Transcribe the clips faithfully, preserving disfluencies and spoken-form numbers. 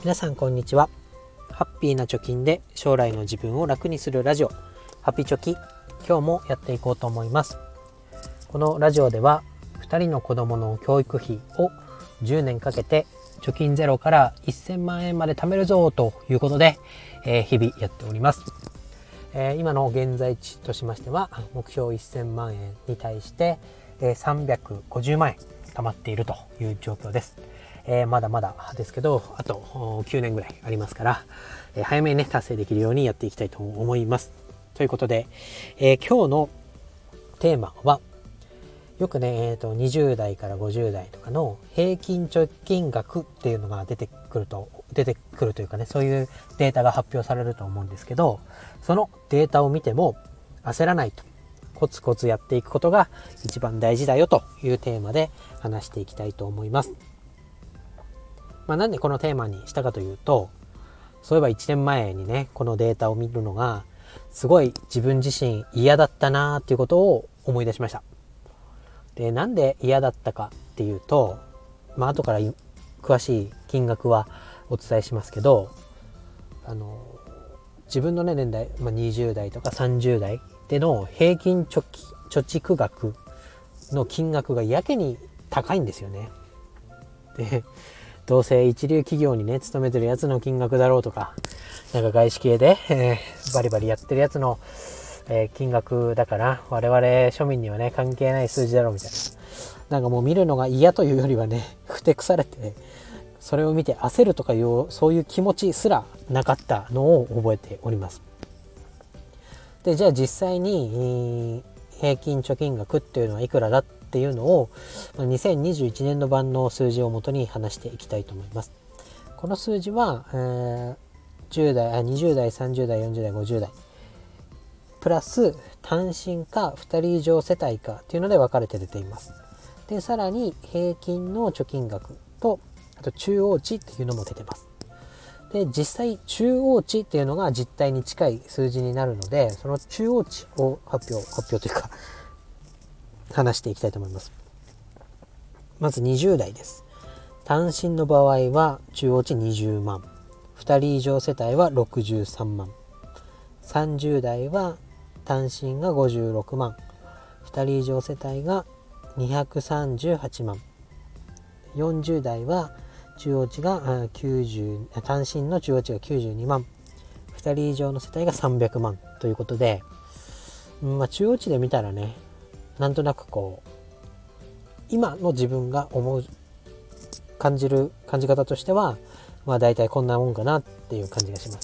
皆さんこんにちは。ハッピーな貯金で将来の自分を楽にするラジオ、ハピチョキ、今日もやっていこうと思います。このラジオではふたりの子供の教育費をじゅうねんかけて貯金ゼロからせんまんえんまで貯めるぞということで、えー、日々やっております。えー、今の現在地としましては目標せんまんえんに対して、えー、さんびゃくごじゅうまんえん貯まっているという状況です。えー、まだまだですけど、あときゅうねんぐらいありますから、えー、早めにね達成できるようにやっていきたいと思います。ということで、えー、今日のテーマはよくね、えーと、にじゅう代からごじゅう代とかの平均貯金額っていうのが出てくると出てくるというかね、そういうデータが発表されると思うんですけど、そのデータを見ても焦らないと、コツコツやっていくことが一番大事だよというテーマで話していきたいと思います。まあ、なんでこのテーマにしたかというと、そういえばいちねんまえにねこのデータを見るのがすごい自分自身嫌だったなっていうことを思い出しました。で、なんで嫌だったかっていうと、まあ後から詳しい金額はお伝えしますけど、あの自分のね年代、まあ、にじゅう代とかさんじゅう代での平均貯金貯蓄額の金額がやけに高いんですよね。で、どうせ一流企業にね勤めてるやつの金額だろうとか、なんか外資系で、えー、バリバリやってるやつの、えー、金額だから我々庶民にはね関係ない数字だろうみたいな、なんかもう見るのが嫌というよりはねふてくされて、それを見て焦るとかいうそういう気持ちすらなかったのを覚えております。で、じゃあ実際に平均貯金額っていうのはいくらだっていうのをにせんにじゅういちねん度版の数字をもとに話していきたいと思います。この数字は、えー、じゅう代、あ、にじゅう代、さんじゅう代、よんじゅう代、ごじゅう代プラス単身かふたり以上世帯かっていうので分かれて出ています。で、さらに平均の貯金額と、あと中央値っていうのも出てます。で、実際中央値っていうのが実態に近い数字になるので、その中央値を発表発表というか話していきたいと思います。まずにじゅう代です。単身の場合は中央値にじゅうまん、ふたり以上世帯はろくじゅうさんまん、さんじゅう代は単身がごじゅうろくまん、ふたり以上世帯がにひゃくさんじゅうはちまん、よんじゅう代は中央値がきゅうじゅう、単身の中央値がきゅうじゅうにまん、ふたり以上の世帯がさんびゃくまんということで、まあ、中央値で見たらね、なんとなくこう今の自分が思う感じる感じ方としては、まあ大体こんなもんかなっていう感じがします。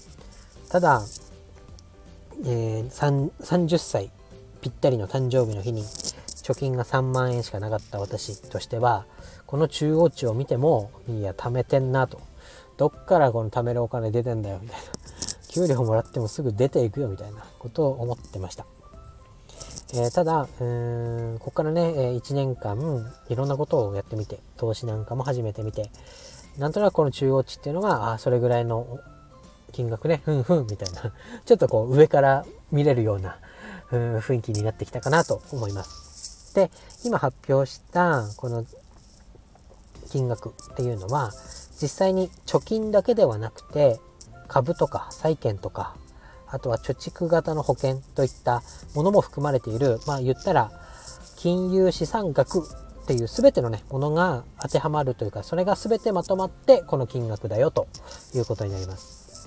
ただ、えー、さんじゅっさいぴったりの誕生日の日に貯金がさんまんえんしかなかった私としては、この中央値を見ても、いや貯めてんなと、どっからこの貯めるお金出てんだよみたいな、給料もらってもすぐ出ていくよみたいなことを思ってました。えー、ただ、うーんここからねいちねんかんいろんなことをやってみて、投資なんかも始めてみて、なんとなくこの中央値っていうのが、あ、それぐらいの金額ね、ふんふんみたいなちょっとこう上から見れるような雰囲気になってきたかなと思います。で、今発表したこの金額っていうのは実際に貯金だけではなくて、株とか債券とか、あとは貯蓄型の保険といったものも含まれている、まあ言ったら金融資産額っていう全てのねものが当てはまるというか、それが全てまとまってこの金額だよということになります。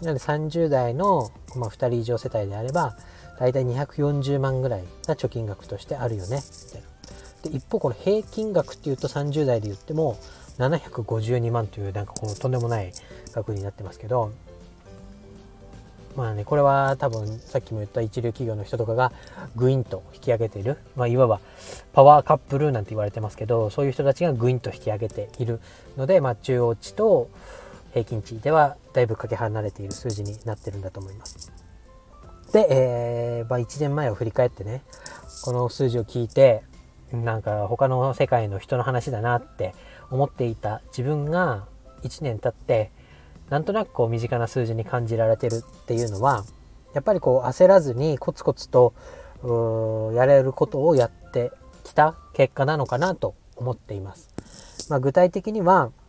なのでさんじゅう代の、まあ、ふたり以上世帯であればだいたいにひゃくよんじゅうまんぐらいが貯金額としてあるよねみたいな。で、一方この平均額っていうとさんじゅう代で言ってもななひゃくごじゅうにまんという、なんかこのとんでもない額になってますけど、まあね、これは多分さっきも言った一流企業の人とかがグインと引き上げている、まあ、いわばパワーカップルなんて言われてますけど、そういう人たちがグインと引き上げているので、まあ、中央値と平均値ではだいぶかけ離れている数字になってるんだと思います。で、えーまあ、いちねんまえを振り返ってね、この数字を聞いて、なんか他の世界の人の話だなって思っていた自分がいちねん経ってなんとなくこう身近な数字に感じられてるっていうのは、やっぱりこう焦らずにコツコツとやれることをやってきた結果なのかなと思っています。まあ、具体的には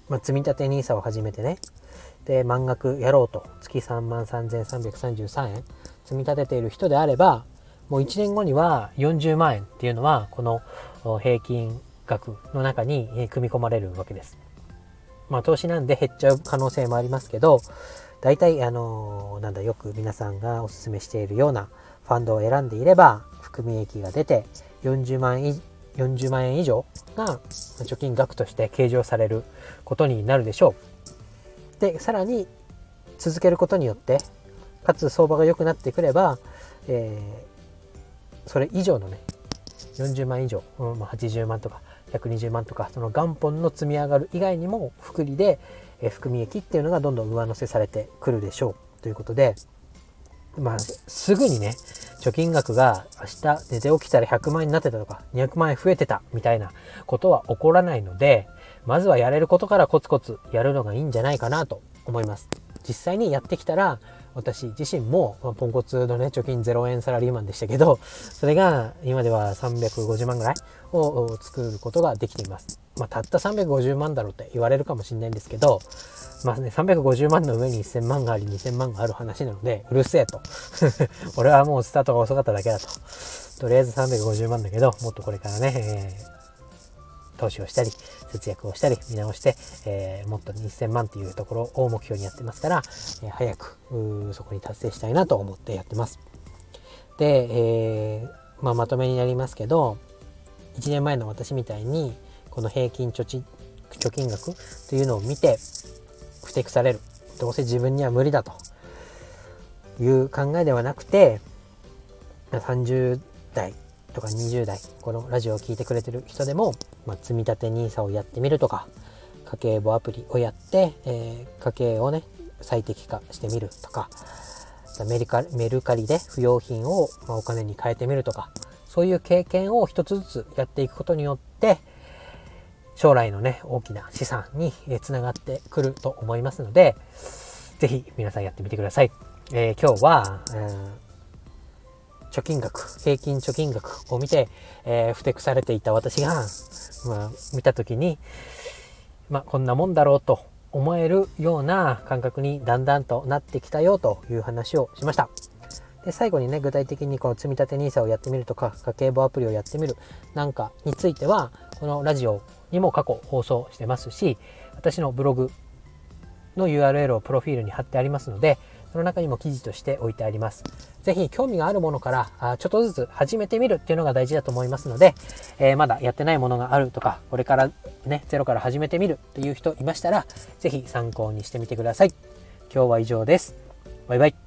まあ、積み立てニーサを始めてね、で満額やろうと月さんまんさんぜんさんびゃくさんじゅうさんえん積み立てている人であれば、もういちねんごにはよんじゅうまんえんっていうのはこの平均額の中に組み込まれるわけです。まあ投資なんで減っちゃう可能性もありますけど、大体あのー、なんだよく皆さんがお勧めしているようなファンドを選んでいれば含み益が出てよんじゅうまんえん以上が貯金額として計上されることになるでしょう。でさらに続けることによってかつ相場が良くなってくれば、えー、それ以上のねよんじゅうまん以上、うん、はちじゅうまんとかひゃくにじゅうまんとかその元本の積み上がる以外にも複利で、えー、含み益っていうのがどんどん上乗せされてくるでしょうということで、まあすぐにね貯金額が明日寝て起きたらひゃくまん円になってたとかにひゃくまんえん増えてたみたいなことは起こらないので、まずはやれることからコツコツやるのがいいんじゃないかなと思います。実際にやってきたら私自身も、まあ、ポンコツのね貯金ゼロえんサラリーマンでしたけど、それが今ではさんびゃくごじゅうまんぐらいを作ることができています。まあ、たったさんびゃくごじゅうまんだろうって言われるかもしれないんですけど、まあね、さんびゃくごじゅうまんの上にせんまんがありにせんまんがある話なので、うるせえと俺はもうスタートが遅かっただけだと、とりあえずさんびゃくごじゅうまんだけどもっとこれからね、えー投資をしたり節約をしたり見直して、えー、もっとにせんまんっていうところを目標にやってますから、えー、早くそこに達成したいなと思ってやってます。で、えーまあ、まとめになりますけど、いちねんまえの私みたいにこの平均貯金、貯金額っていうのを見てふてくされる、どうせ自分には無理だという考えではなくて、さんじゅう代とかにじゅう代このラジオを聞いてくれてる人でも、まあ、積み立てニーサをやってみるとか、家計簿アプリをやって、えー、家計をね最適化してみるとか、メルカリ、メルカリで不要品を、まあ、お金に変えてみるとか、そういう経験を一つずつやっていくことによって将来のね大きな資産につながってくると思いますので、ぜひ皆さんやってみてください。えー、今日は、えー貯金額、平均貯金額を見て、えー、ふてくされていた私が、まあ、見たときに、まあ、こんなもんだろうと思えるような感覚にだんだんとなってきたよという話をしました。で最後にね、具体的にこの積み立てニーサをやってみるとか、家計簿アプリをやってみるなんかについては、このラジオにも過去放送してますし、私のブログの ユーアールエル をプロフィールに貼ってありますので、その中にも記事として置いてあります。ぜひ興味があるものからあちょっとずつ始めてみるっていうのが大事だと思いますので、えー、まだやってないものがあるとか、これからねゼロから始めてみるっていう人いましたら、ぜひ参考にしてみてください。今日は以上です。バイバイ。